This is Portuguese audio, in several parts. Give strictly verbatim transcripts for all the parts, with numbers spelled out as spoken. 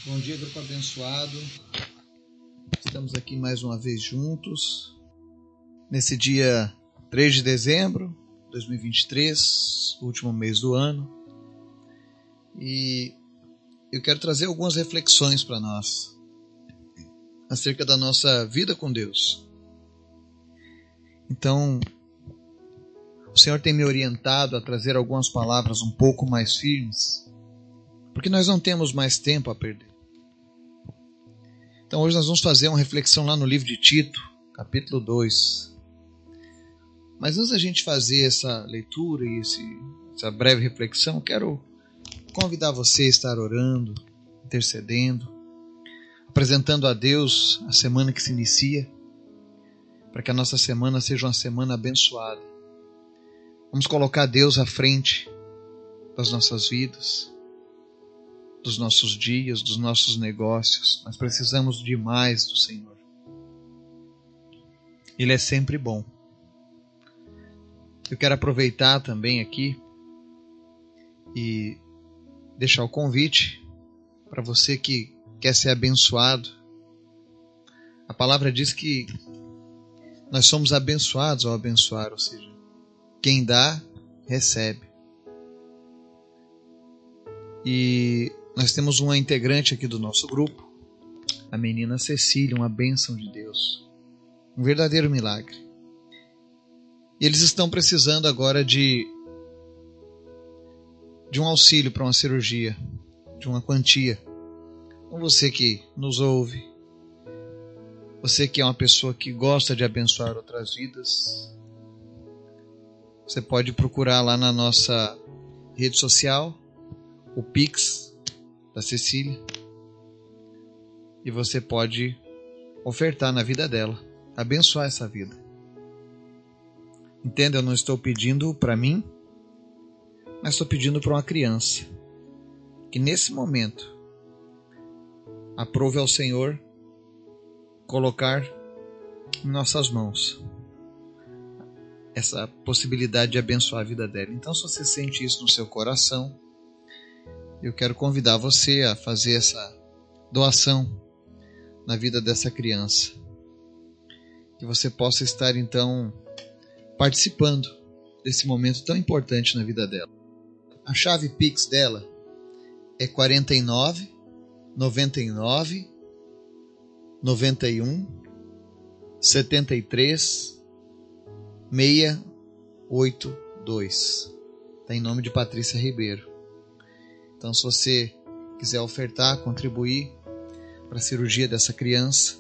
Bom dia, grupo abençoado. Estamos aqui mais uma vez juntos, nesse dia três de dezembro de dois mil e vinte e três, último mês do ano. E eu quero trazer algumas reflexões para nós, acerca da nossa vida com Deus. Então, o Senhor tem me orientado a trazer algumas palavras um pouco mais firmes, porque nós não temos mais tempo a perder. Então hoje nós vamos fazer uma reflexão lá no livro de Tito, capítulo dois. Mas antes da gente fazer essa leitura e esse, essa breve reflexão, eu quero convidar você a estar orando, intercedendo, apresentando a Deus a semana que se inicia, para que a nossa semana seja uma semana abençoada. Vamos colocar Deus à frente das nossas vidas, dos nossos dias, dos nossos negócios. Nós precisamos demais do Senhor. Ele é sempre bom. Eu quero aproveitar também aqui e deixar o convite para você que quer ser abençoado. A palavra diz que nós somos abençoados ao abençoar, ou seja, quem dá, recebe. E nós temos uma integrante aqui do nosso grupo, a menina Cecília, uma bênção de Deus, um verdadeiro milagre. E eles estão precisando agora de, de um auxílio para uma cirurgia, de uma quantia. Então você que nos ouve, você que é uma pessoa que gosta de abençoar outras vidas, você pode procurar lá na nossa rede social, o Pix da Cecília, e você pode ofertar na vida dela, abençoar essa vida. Entenda, eu não estou pedindo para mim, mas estou pedindo para uma criança que nesse momento aprove ao Senhor colocar em nossas mãos essa possibilidade de abençoar a vida dela. Então, se você sente isso no seu coração, eu quero convidar você a fazer essa doação na vida dessa criança. Que você possa estar, então, participando desse momento tão importante na vida dela. A chave Pix dela é quarenta e nove, noventa e nove, noventa e um, setenta e três, seiscentos e oitenta e dois. Está em nome de Patrícia Ribeiro. Então, se você quiser ofertar, contribuir para a cirurgia dessa criança,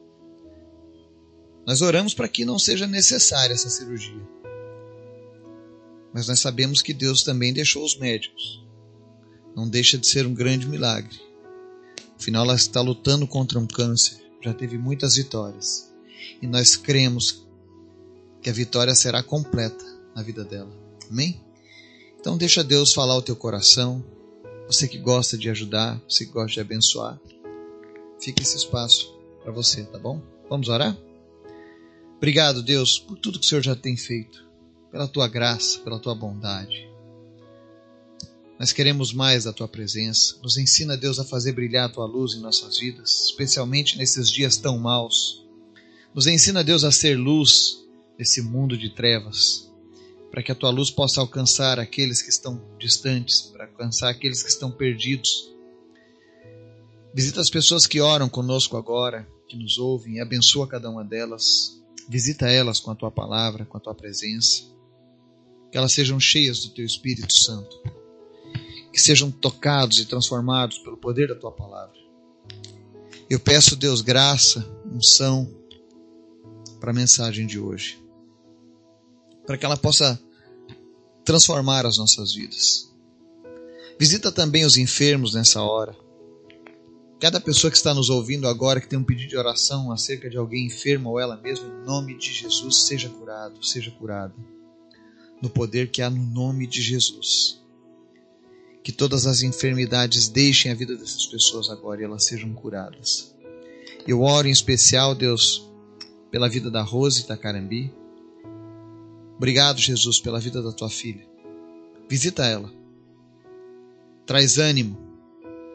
nós oramos para que não seja necessária essa cirurgia. Mas nós sabemos que Deus também deixou os médicos. Não deixa de ser um grande milagre. Afinal, ela está lutando contra um câncer. Já teve muitas vitórias. E nós cremos que a vitória será completa na vida dela. Amém? Então, deixa Deus falar o teu coração. Você que gosta de ajudar, você que gosta de abençoar, fica esse espaço para você, tá bom? Vamos orar? Obrigado, Deus, por tudo que o Senhor já tem feito, pela tua graça, pela tua bondade. Nós queremos mais da tua presença. Nos ensina, Deus, a fazer brilhar a tua luz em nossas vidas, especialmente nesses dias tão maus. Nos ensina, Deus, a ser luz nesse mundo de trevas, para que a tua luz possa alcançar aqueles que estão distantes, para alcançar aqueles que estão perdidos. Visita as pessoas que oram conosco agora, que nos ouvem, e abençoa cada uma delas. Visita elas com a tua palavra, com a tua presença. Que elas sejam cheias do teu Espírito Santo. Que sejam tocados e transformados pelo poder da tua palavra. Eu peço, Deus, graça, unção para a mensagem de hoje, para que ela possa transformar as nossas vidas. Visita também os enfermos nessa hora. Cada pessoa que está nos ouvindo agora, que tem um pedido de oração acerca de alguém enfermo ou ela mesma, em nome de Jesus, seja curado, seja curada. No poder que há no nome de Jesus. Que todas as enfermidades deixem a vida dessas pessoas agora e elas sejam curadas. Eu oro em especial, Deus, pela vida da Rose Itacarambi. Obrigado, Jesus, pela vida da tua filha. Visita ela. Traz ânimo.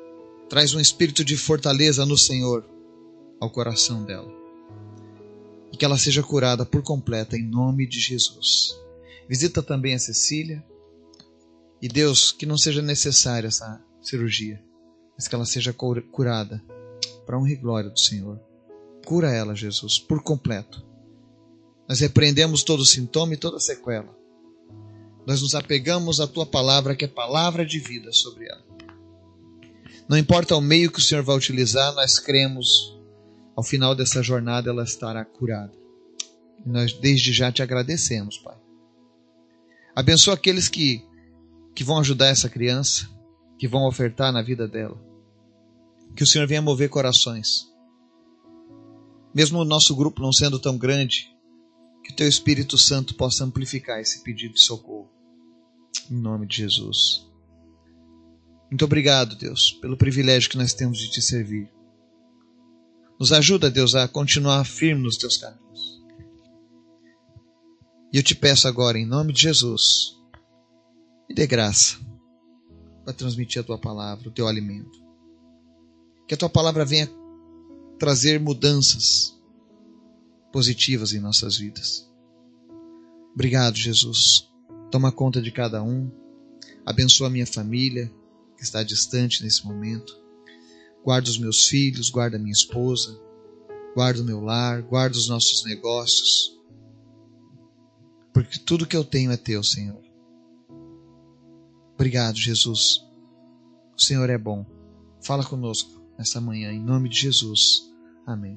Traz um espírito de fortaleza no Senhor ao coração dela. E que ela seja curada por completa, em nome de Jesus. Visita também a Cecília. E Deus, que não seja necessária essa cirurgia, mas que ela seja curada para a honra e glória do Senhor. Cura ela, Jesus, por completo. Nós repreendemos todo sintoma e toda sequela. Nós nos apegamos à Tua palavra, que é palavra de vida sobre ela. Não importa o meio que o Senhor vai utilizar, nós cremos, ao final dessa jornada ela estará curada. E nós desde já te agradecemos, Pai. Abençoa aqueles que, que vão ajudar essa criança, que vão ofertar na vida dela. Que o Senhor venha mover corações. Mesmo o nosso grupo não sendo tão grande, que o Teu Espírito Santo possa amplificar esse pedido de socorro. Em nome de Jesus. Muito obrigado, Deus, pelo privilégio que nós temos de Te servir. Nos ajuda, Deus, a continuar firme nos Teus caminhos. E eu Te peço agora, em nome de Jesus, me dê graça para transmitir a Tua palavra, o Teu alimento. Que a Tua palavra venha trazer mudanças positivas em nossas vidas. Obrigado, Jesus. Toma conta de cada um. Abençoa a minha família, que está distante nesse momento. Guarda os meus filhos, guarda a minha esposa, guarda o meu lar, guarda os nossos negócios. Porque tudo que eu tenho é Teu, Senhor. Obrigado, Jesus. O Senhor é bom. Fala conosco nessa manhã, em nome de Jesus. Amém.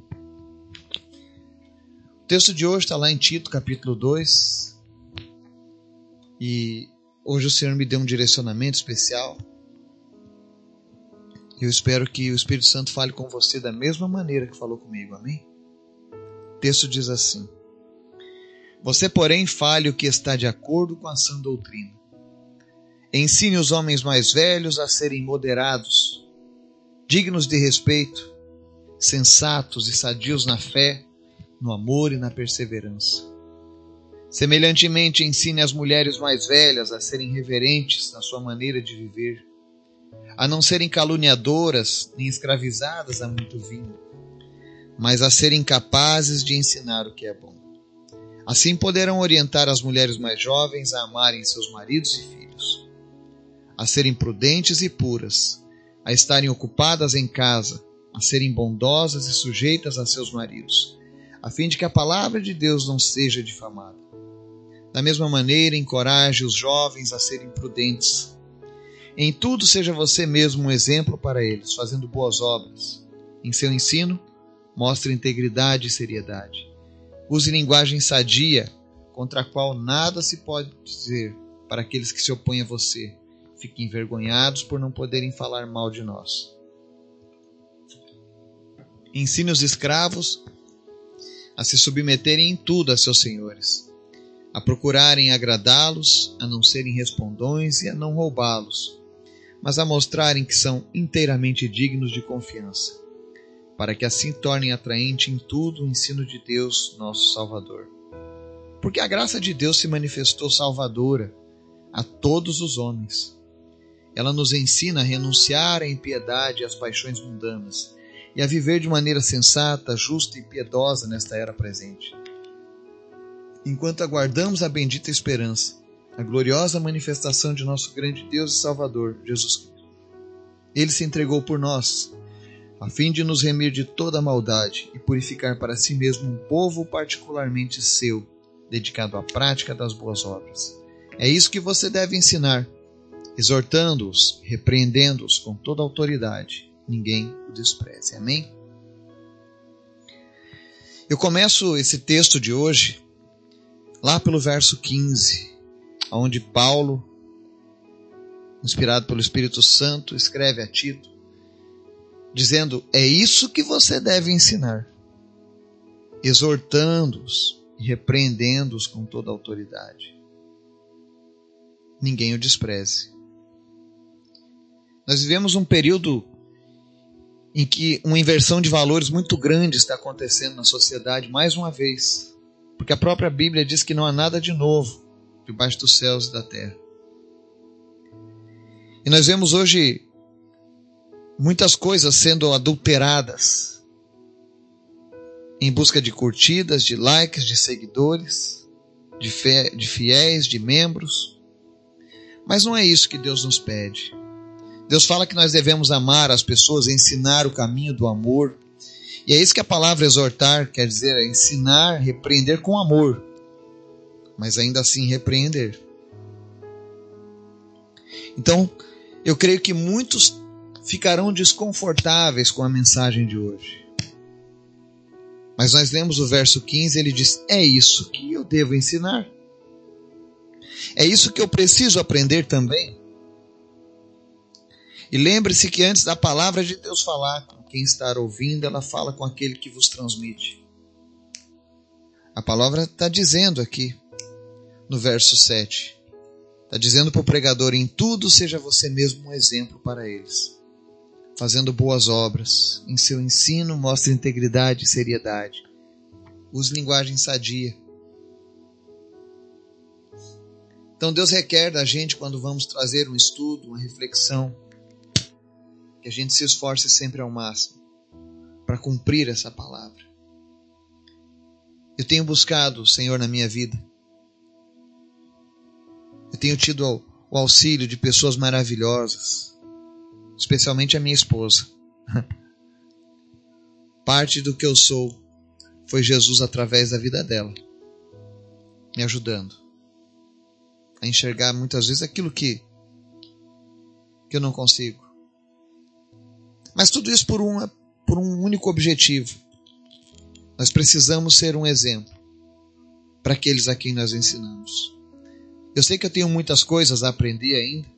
O texto de hoje está lá em Tito, capítulo dois. E hoje o Senhor me deu um direcionamento especial. E eu espero que o Espírito Santo fale com você da mesma maneira que falou comigo. Amém? O texto diz assim: Você, porém, fale o que está de acordo com a sã doutrina. Ensine os homens mais velhos a serem moderados, dignos de respeito, sensatos e sadios na fé, no amor e na perseverança. Semelhantemente, ensine as mulheres mais velhas a serem reverentes na sua maneira de viver, a não serem caluniadoras nem escravizadas a muito vinho, mas a serem capazes de ensinar o que é bom. Assim poderão orientar as mulheres mais jovens a amarem seus maridos e filhos, a serem prudentes e puras, a estarem ocupadas em casa, a serem bondosas e sujeitas a seus maridos, a fim de que a palavra de Deus não seja difamada. Da mesma maneira, encoraje os jovens a serem prudentes. Em tudo seja você mesmo um exemplo para eles, fazendo boas obras. Em seu ensino, mostre integridade e seriedade. Use linguagem sadia, contra a qual nada se pode dizer, para aqueles que se opõem a você. Fiquem envergonhados por não poderem falar mal de nós. Ensine os escravos a se submeterem em tudo a seus senhores, a procurarem agradá-los, a não serem respondões e a não roubá-los, mas a mostrarem que são inteiramente dignos de confiança, para que assim tornem atraente em tudo o ensino de Deus, nosso Salvador. Porque a graça de Deus se manifestou salvadora a todos os homens. Ela nos ensina a renunciar à impiedade e às paixões mundanas, e a viver de maneira sensata, justa e piedosa nesta era presente. Enquanto aguardamos a bendita esperança, a gloriosa manifestação de nosso grande Deus e Salvador, Jesus Cristo. Ele se entregou por nós, a fim de nos remir de toda a maldade e purificar para si mesmo um povo particularmente seu, dedicado à prática das boas obras. É isso que você deve ensinar, exortando-os, repreendendo-os com toda autoridade. Ninguém o despreze. Amém? Eu começo esse texto de hoje lá pelo verso quinze, onde Paulo, inspirado pelo Espírito Santo, escreve a Tito, dizendo: é isso que você deve ensinar, exortando-os e repreendendo-os com toda autoridade. Ninguém o despreze. Nós vivemos um período em que uma inversão de valores muito grande está acontecendo na sociedade, mais uma vez, porque a própria Bíblia diz que não há nada de novo debaixo dos céus e da terra. E nós vemos hoje muitas coisas sendo adulteradas em busca de curtidas, de likes, de seguidores, de, fe, de fiéis, de membros. Mas não é isso que Deus nos pede. Deus fala que nós devemos amar as pessoas, ensinar o caminho do amor. E é isso que a palavra exortar quer dizer, é ensinar, repreender com amor, mas ainda assim repreender. Então, eu creio que muitos ficarão desconfortáveis com a mensagem de hoje. Mas nós lemos o verso quinze, ele diz, é isso que eu devo ensinar. É isso que eu preciso aprender também. E lembre-se que antes da palavra de Deus falar com quem está ouvindo, ela fala com aquele que vos transmite. A palavra está dizendo aqui, no verso sete, está dizendo para o pregador, em tudo seja você mesmo um exemplo para eles, fazendo boas obras, em seu ensino mostre integridade e seriedade, use linguagem sadia. Então Deus requer da gente, quando vamos trazer um estudo, uma reflexão, que a gente se esforce sempre ao máximo para cumprir essa palavra. Eu tenho buscado o Senhor na minha vida. Eu tenho tido o auxílio de pessoas maravilhosas, especialmente a minha esposa. Parte do que eu sou foi Jesus através da vida dela, me ajudando a enxergar muitas vezes aquilo que, que eu não consigo. Mas tudo isso por, uma, por um único objetivo. Nós precisamos ser um exemplo para aqueles a quem nós ensinamos. Eu sei que eu tenho muitas coisas a aprender ainda.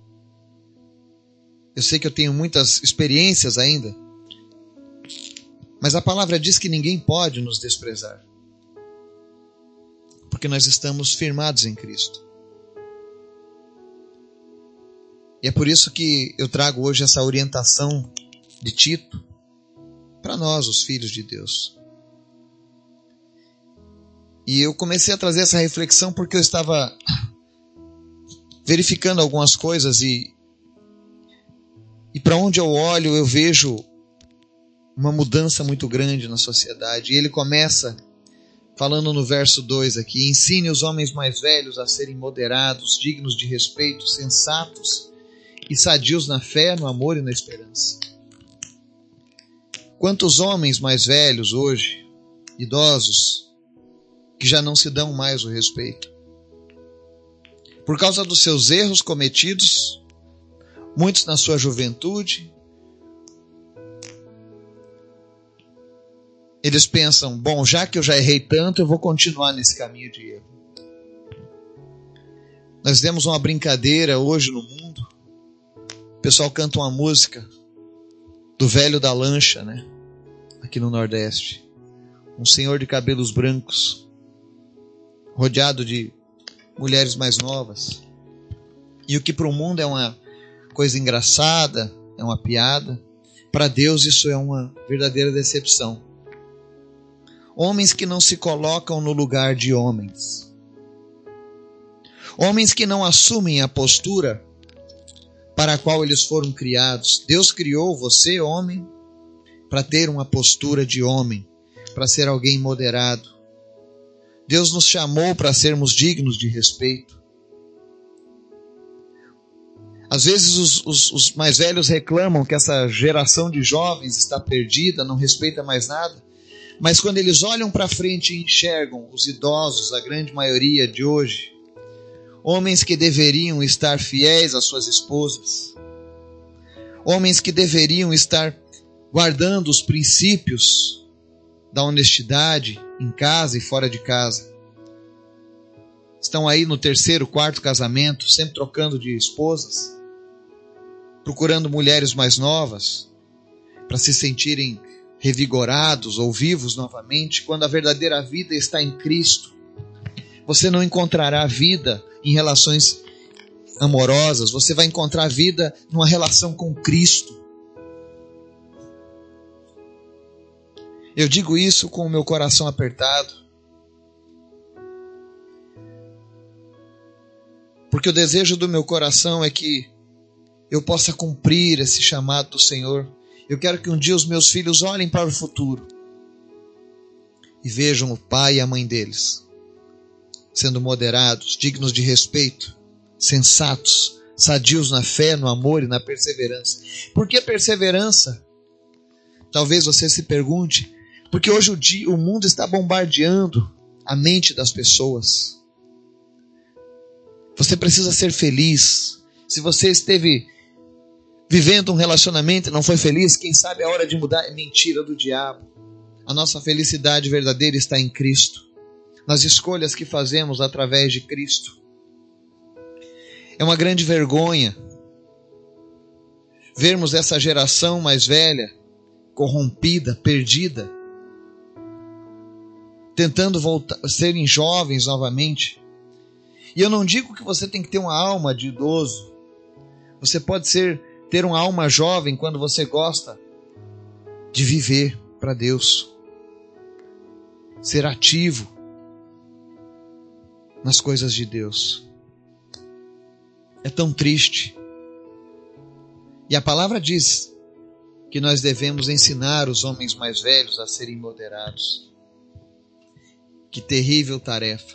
Eu sei que eu tenho muitas experiências ainda. Mas a palavra diz que ninguém pode nos desprezar, porque nós estamos firmados em Cristo. E é por isso que eu trago hoje essa orientação de Tito para nós, os filhos de Deus. E eu comecei a trazer essa reflexão porque eu estava verificando algumas coisas e, e para onde eu olho eu vejo uma mudança muito grande na sociedade. E ele começa falando no verso dois aqui, ensine os homens mais velhos a serem moderados, dignos de respeito, sensatos e sadios na fé, no amor e na esperança. Quantos homens mais velhos hoje, idosos, que já não se dão mais o respeito. Por causa dos seus erros cometidos, muitos na sua juventude, eles pensam, bom, já que eu já errei tanto, eu vou continuar nesse caminho de erro. Nós demos uma brincadeira hoje no mundo, o pessoal canta uma música do velho da lancha, né? Aqui no Nordeste. Um senhor de cabelos brancos, rodeado de mulheres mais novas. E o que para o mundo é uma coisa engraçada, é uma piada, para Deus isso é uma verdadeira decepção. Homens que não se colocam no lugar de homens. Homens que não assumem a postura para a qual eles foram criados. Deus criou você, homem, para ter uma postura de homem, para ser alguém moderado. Deus nos chamou para sermos dignos de respeito. Às vezes os, os, os mais velhos reclamam que essa geração de jovens está perdida, não respeita mais nada. Mas quando eles olham para frente e enxergam os idosos, a grande maioria de hoje, homens que deveriam estar fiéis às suas esposas, homens que deveriam estar guardando os princípios da honestidade em casa e fora de casa, estão aí no terceiro, quarto casamento, sempre trocando de esposas, procurando mulheres mais novas para se sentirem revigorados ou vivos novamente, quando a verdadeira vida está em Cristo. Você não encontrará vida em relações amorosas, você vai encontrar vida numa relação com Cristo. Eu digo isso com o meu coração apertado, porque o desejo do meu coração é que eu possa cumprir esse chamado do Senhor. Eu quero que um dia os meus filhos olhem para o futuro e vejam o pai e a mãe deles sendo moderados, dignos de respeito, sensatos, sadios na fé, no amor e na perseverança. Por que perseverança? Talvez você se pergunte, porque hoje o, dia, o mundo está bombardeando a mente das pessoas. Você precisa ser feliz. Se você esteve vivendo um relacionamento e não foi feliz, quem sabe é hora de mudar. É mentira do diabo. A nossa felicidade verdadeira está em Cristo, nas escolhas que fazemos através de Cristo. É uma grande vergonha vermos essa geração mais velha, corrompida, perdida, tentando voltar, serem jovens novamente. E eu não digo que você tem que ter uma alma de idoso. Você pode ser, ter uma alma jovem quando você gosta de viver para Deus, ser ativo nas coisas de Deus. É tão triste. E a palavra diz que nós devemos ensinar os homens mais velhos a serem moderados. Que terrível tarefa.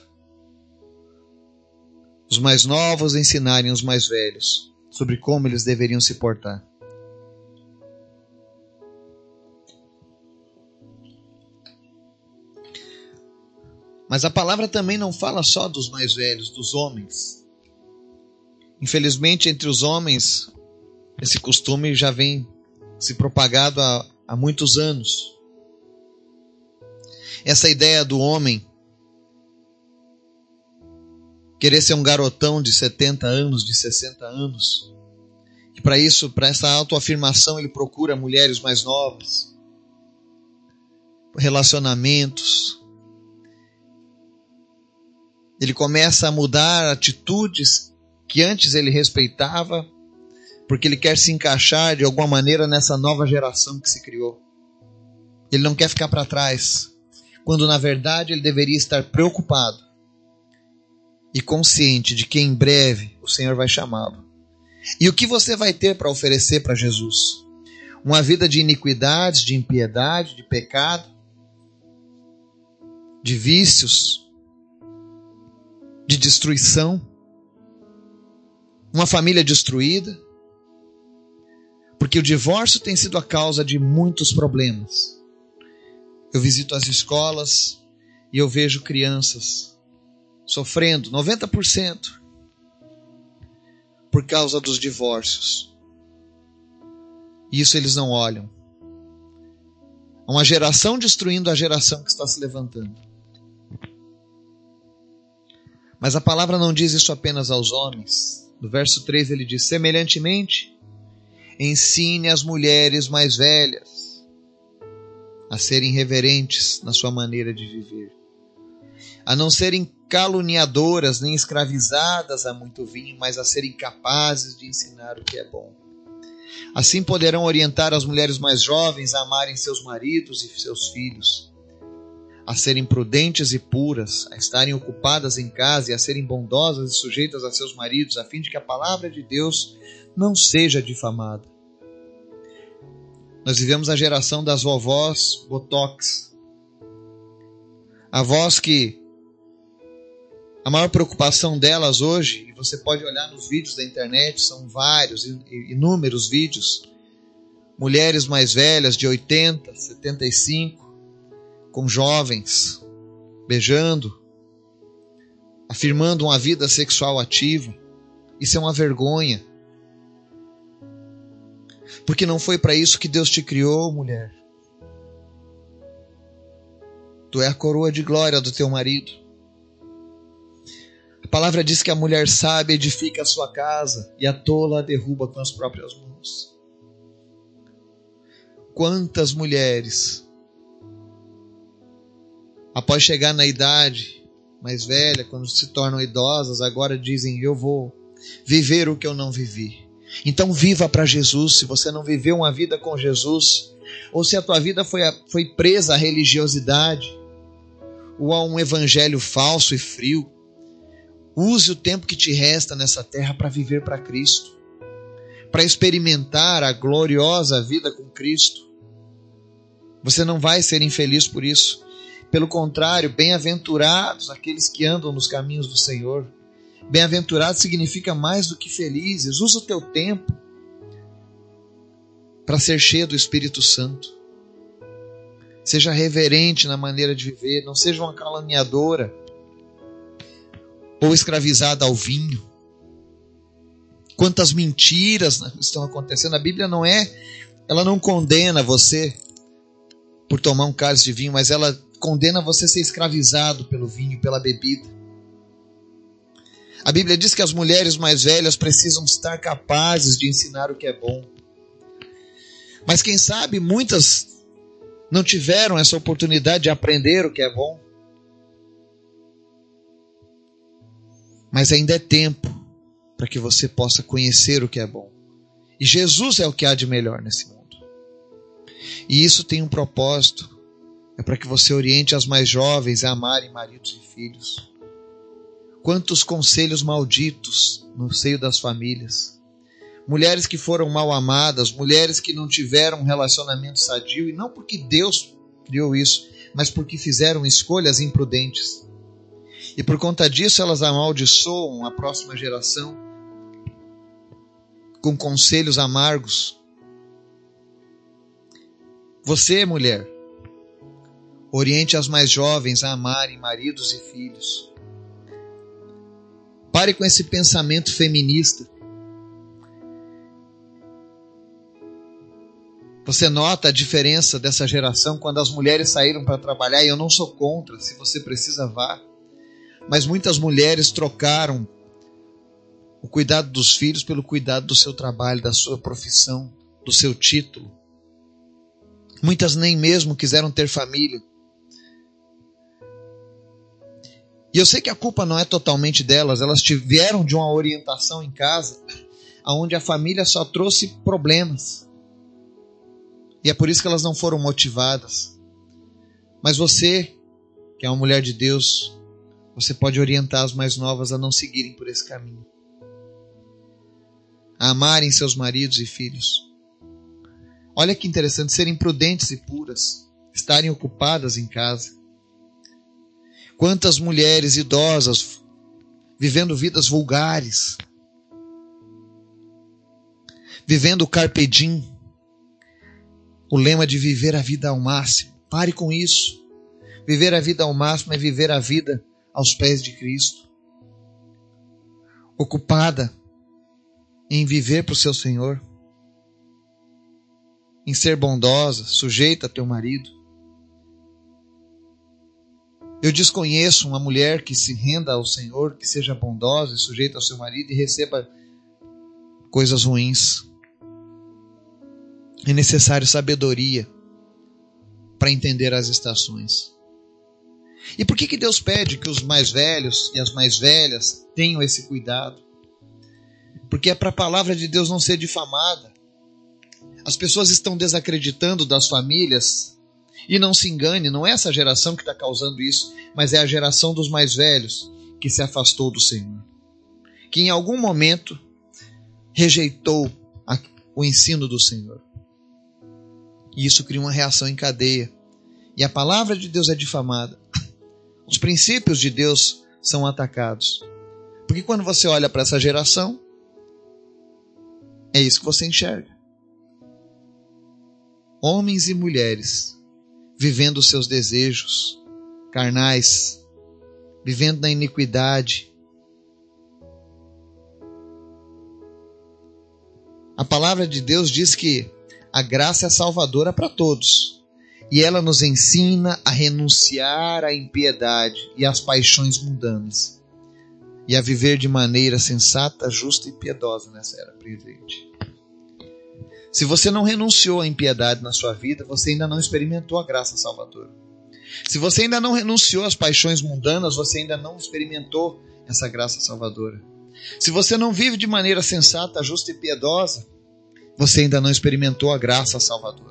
Os mais novos ensinarem os mais velhos sobre como eles deveriam se portar. Mas a palavra também não fala só dos mais velhos, dos homens. Infelizmente, entre os homens, esse costume já vem se propagado há, há muitos anos. Essa ideia do homem querer ser um garotão de setenta anos, de sessenta anos. E para isso, para essa autoafirmação, ele procura mulheres mais novas, relacionamentos. Ele começa a mudar atitudes que antes ele respeitava, porque ele quer se encaixar de alguma maneira nessa nova geração que se criou. Ele não quer ficar para trás, quando na verdade ele deveria estar preocupado e consciente de que em breve o Senhor vai chamá-lo. E o que você vai ter para oferecer para Jesus? Uma vida de iniquidades, de impiedade, de pecado, de vícios, de destruição, uma família destruída, porque o divórcio tem sido a causa de muitos problemas. Eu visito as escolas e eu vejo crianças sofrendo, noventa por cento, por causa dos divórcios. E isso eles não olham. Uma geração destruindo a geração que está se levantando. Mas a palavra não diz isso apenas aos homens. No verso três ele diz: semelhantemente, ensine as mulheres mais velhas a serem reverentes na sua maneira de viver, a não serem caluniadoras nem escravizadas a muito vinho, mas a serem capazes de ensinar o que é bom. Assim poderão orientar as mulheres mais jovens a amarem seus maridos e seus filhos, a serem prudentes e puras, a estarem ocupadas em casa e a serem bondosas e sujeitas a seus maridos, a fim de que a palavra de Deus não seja difamada. Nós vivemos a geração das vovós botox. Avós que a maior preocupação delas hoje, e você pode olhar nos vídeos da internet, são vários, inúmeros vídeos, mulheres mais velhas de oitenta, setenta e cinco, com jovens, beijando, afirmando uma vida sexual ativa. Isso é uma vergonha. Porque não foi para isso que Deus te criou, mulher. Tu é a coroa de glória do teu marido. A palavra diz que a mulher sábia edifica a sua casa e a tola a derruba com as próprias mãos. Quantas mulheres, após chegar na idade mais velha, quando se tornam idosas, agora dizem: eu vou viver o que eu não vivi. Então viva para Jesus. Se você não viveu uma vida com Jesus, ou se a tua vida foi, foi presa à religiosidade, ou a um evangelho falso e frio, use o tempo que te resta nessa terra para viver para Cristo. para experimentar a gloriosa vida com Cristo. Você não vai ser infeliz por isso. Pelo contrário, bem-aventurados aqueles que andam nos caminhos do Senhor. Bem-aventurado significa mais do que felizes. Usa o teu tempo para ser cheio do Espírito Santo. Seja reverente na maneira de viver. Não seja uma caluniadora ou escravizada ao vinho. Quantas mentiras estão acontecendo. A Bíblia não é, ela não condena você por tomar um cálice de vinho, mas ela condena você a ser escravizado pelo vinho, pela bebida. A Bíblia diz que as mulheres mais velhas precisam estar capazes de ensinar o que é bom. Mas quem sabe muitas não tiveram essa oportunidade de aprender o que é bom. Mas ainda é tempo para que você possa conhecer o que é bom. E Jesus é o que há de melhor nesse mundo. E isso tem um propósito. É para que você oriente as mais jovens a amarem maridos e filhos. Quantos conselhos malditos no seio das famílias. Mulheres que foram mal amadas, mulheres que não tiveram um relacionamento sadio, e não porque Deus criou isso, mas porque fizeram escolhas imprudentes. E por conta disso elas amaldiçoam a próxima geração com conselhos amargos. Você, mulher, oriente as mais jovens a amarem maridos e filhos. Pare com esse pensamento feminista. Você nota a diferença dessa geração quando as mulheres saíram para trabalhar, e eu não sou contra, se você precisa, vá. Mas muitas mulheres trocaram o cuidado dos filhos pelo cuidado do seu trabalho, da sua profissão, do seu título. Muitas nem mesmo quiseram ter família. E eu sei que a culpa não é totalmente delas, elas tiveram de uma orientação em casa, onde a família só trouxe problemas. E é por isso que elas não foram motivadas. Mas você, que é uma mulher de Deus, você pode orientar as mais novas a não seguirem por esse caminho. A amarem seus maridos e filhos. Olha que interessante, serem prudentes e puras, estarem ocupadas em casa. Quantas mulheres idosas vivendo vidas vulgares, vivendo o carpe diem, o lema de viver a vida ao máximo. Pare com isso. Viver a vida ao máximo é viver a vida aos pés de Cristo. Ocupada em viver para o seu Senhor, em ser bondosa, sujeita a teu marido. Eu desconheço uma mulher que se renda ao Senhor, que seja bondosa e sujeita ao seu marido e receba coisas ruins. É necessário sabedoria para entender as estações. E por que que Deus pede que os mais velhos e as mais velhas tenham esse cuidado? Porque é para a palavra de Deus não ser difamada. As pessoas estão desacreditando das famílias. E não se engane, não é essa geração que está causando isso, mas é a geração dos mais velhos que se afastou do Senhor. Que em algum momento rejeitou a, o ensino do Senhor. E isso cria uma reação em cadeia. E a palavra de Deus é difamada. Os princípios de Deus são atacados. Porque quando você olha para essa geração, é isso que você enxerga. Homens e mulheres vivendo os seus desejos carnais, vivendo na iniquidade. A palavra de Deus diz que a graça é salvadora para todos. E ela nos ensina a renunciar à impiedade e às paixões mundanas. E a viver de maneira sensata, justa e piedosa nessa era presente. Se você não renunciou à impiedade na sua vida, você ainda não experimentou a graça salvadora. Se você ainda não renunciou às paixões mundanas, você ainda não experimentou essa graça salvadora. Se você não vive de maneira sensata, justa e piedosa, você ainda não experimentou a graça salvadora.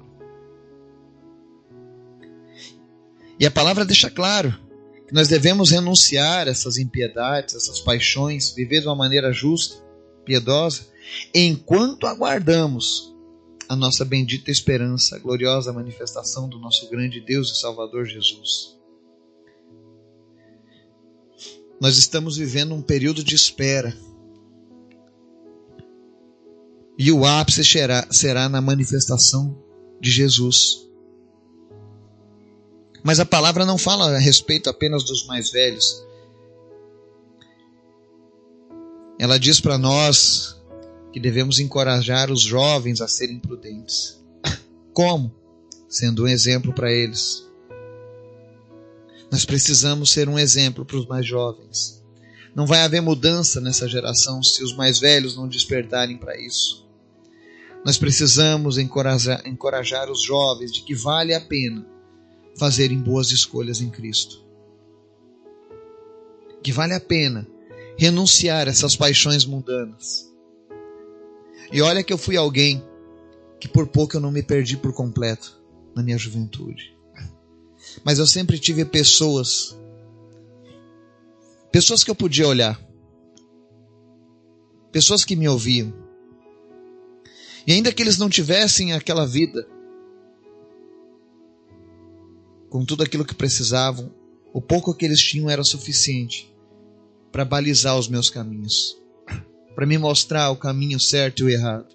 E a palavra deixa claro que nós devemos renunciar a essas impiedades, essas paixões, viver de uma maneira justa, piedosa, enquanto aguardamos a nossa bendita esperança, a gloriosa manifestação do nosso grande Deus e Salvador Jesus. Nós estamos vivendo um período de espera. E o ápice será, será na manifestação de Jesus. Mas a palavra não fala a respeito apenas dos mais velhos. Ela diz para nós que devemos encorajar os jovens a serem prudentes. Como? Sendo um exemplo para eles. Nós precisamos ser um exemplo para os mais jovens. Não vai haver mudança nessa geração se os mais velhos não despertarem para isso. Nós precisamos encorajar, encorajar os jovens de que vale a pena fazerem boas escolhas em Cristo. Que vale a pena renunciar a essas paixões mundanas. E olha que eu fui alguém que por pouco eu não me perdi por completo na minha juventude. Mas eu sempre tive pessoas, pessoas que eu podia olhar, pessoas que me ouviam. E ainda que eles não tivessem aquela vida, com tudo aquilo que precisavam, o pouco que eles tinham era suficiente para balizar os meus caminhos, para me mostrar o caminho certo e o errado.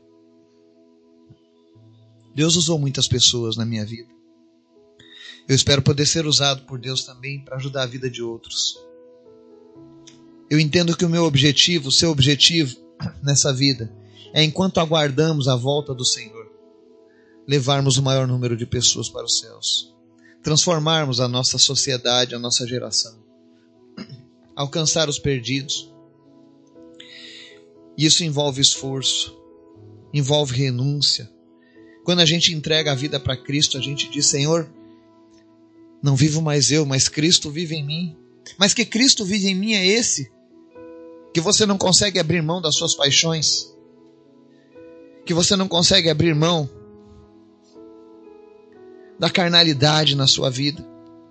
Deus usou muitas pessoas na minha vida. Eu espero poder ser usado por Deus também para ajudar a vida de outros. Eu entendo que o meu objetivo, o seu objetivo nessa vida, é, enquanto aguardamos a volta do Senhor, levarmos o maior número de pessoas para os céus, transformarmos a nossa sociedade, a nossa geração, alcançar os perdidos. Isso envolve esforço, envolve renúncia. Quando a gente entrega a vida para Cristo, a gente diz: Senhor, não vivo mais eu, mas Cristo vive em mim. Mas que Cristo vive em mim é esse, que você não consegue abrir mão das suas paixões, que você não consegue abrir mão da carnalidade na sua vida.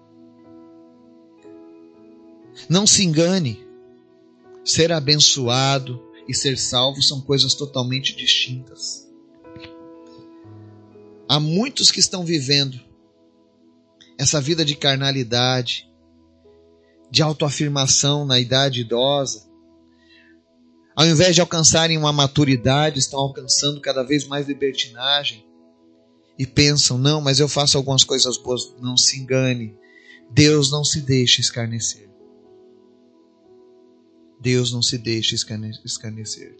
Não se engane, ser abençoado e ser salvo são coisas totalmente distintas. Há muitos que estão vivendo essa vida de carnalidade, de autoafirmação na idade idosa. Ao invés de alcançarem uma maturidade, estão alcançando cada vez mais libertinagem. E pensam: não, mas eu faço algumas coisas boas. Não se engane. Deus não se deixa escarnecer. Deus não se deixa escarnecer.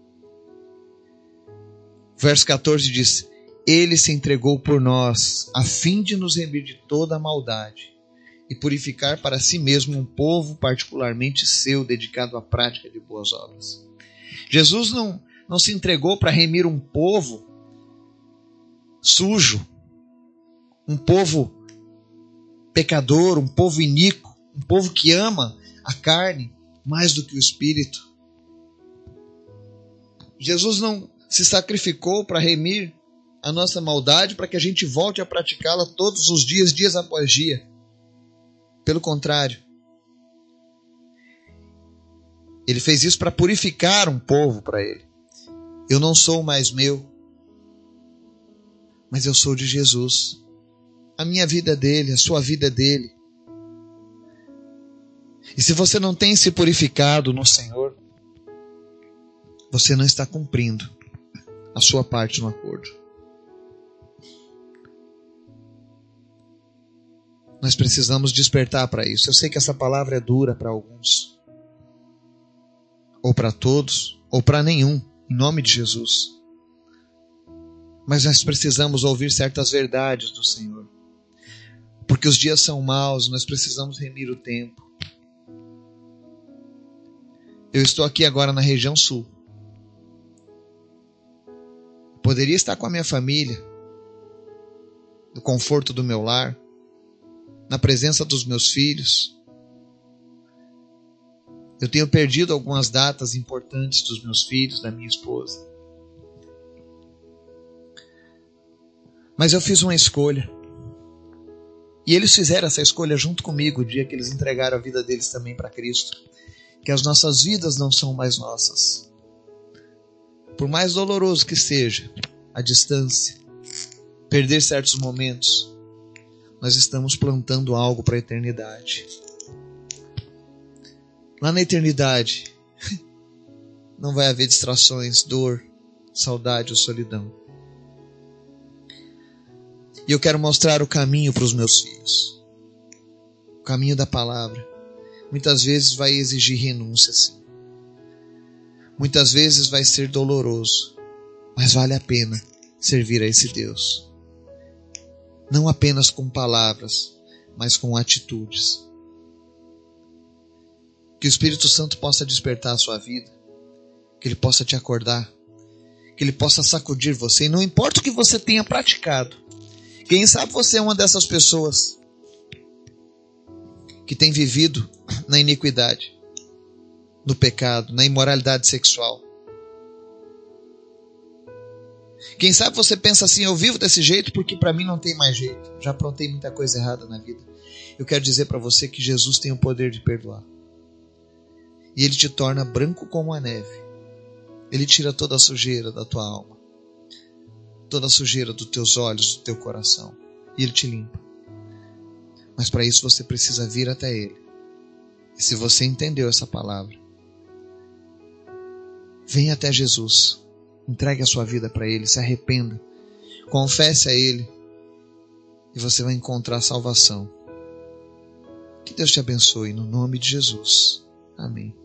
Verso catorze diz: Ele se entregou por nós, a fim de nos remir de toda a maldade e purificar para si mesmo um povo particularmente seu, dedicado à prática de boas obras. Jesus não, não se entregou para remir um povo sujo, um povo pecador, um povo iníquo, um povo que ama a carne mais do que o espírito. Jesus não se sacrificou para remir a nossa maldade para que a gente volte a praticá-la todos os dias, dias após dia. Pelo contrário, Ele fez isso para purificar um povo para Ele. Eu não sou mais meu, mas eu sou de Jesus. A minha vida é dele, a sua vida é dele. E se você não tem se purificado no Senhor, você não está cumprindo a sua parte no acordo. Nós precisamos despertar para isso. Eu sei que essa palavra é dura para alguns, ou para todos, ou para nenhum, em nome de Jesus. Mas nós precisamos ouvir certas verdades do Senhor, porque os dias são maus, nós precisamos remir o tempo. Eu estou aqui agora na região sul. Poderia estar com a minha família, no conforto do meu lar, na presença dos meus filhos. Eu tenho perdido algumas datas importantes dos meus filhos, da minha esposa. Mas eu fiz uma escolha. E eles fizeram essa escolha junto comigo, o dia que eles entregaram a vida deles também para Cristo. Que as nossas vidas não são mais nossas. por mais doloroso que seja a distância, perder certos momentos, nós estamos plantando algo para a eternidade. Lá na eternidade, não vai haver distrações, dor, saudade ou solidão. E eu quero mostrar o caminho para os meus filhos. O caminho da palavra. Muitas vezes vai exigir renúncia, sim. Muitas vezes vai ser doloroso, mas vale a pena servir a esse Deus. Não apenas com palavras, mas com atitudes. Que o Espírito Santo possa despertar a sua vida, que Ele possa te acordar, que Ele possa sacudir você, e não importa o que você tenha praticado. Quem sabe você é uma dessas pessoas que tem vivido na iniquidade, no pecado, na imoralidade sexual. Quem sabe você pensa assim: eu vivo desse jeito porque para mim não tem mais jeito. Já aprontei muita coisa errada na vida. Eu quero dizer para você que Jesus tem o poder de perdoar. E Ele te torna branco como a neve. Ele tira toda a sujeira da tua alma, toda a sujeira dos teus olhos, do teu coração. E Ele te limpa. Mas para isso você precisa vir até Ele. E se você entendeu essa palavra, venha até Jesus. Entregue a sua vida para Ele, se arrependa, confesse a Ele, e você vai encontrar salvação. Que Deus te abençoe, no nome de Jesus. Amém.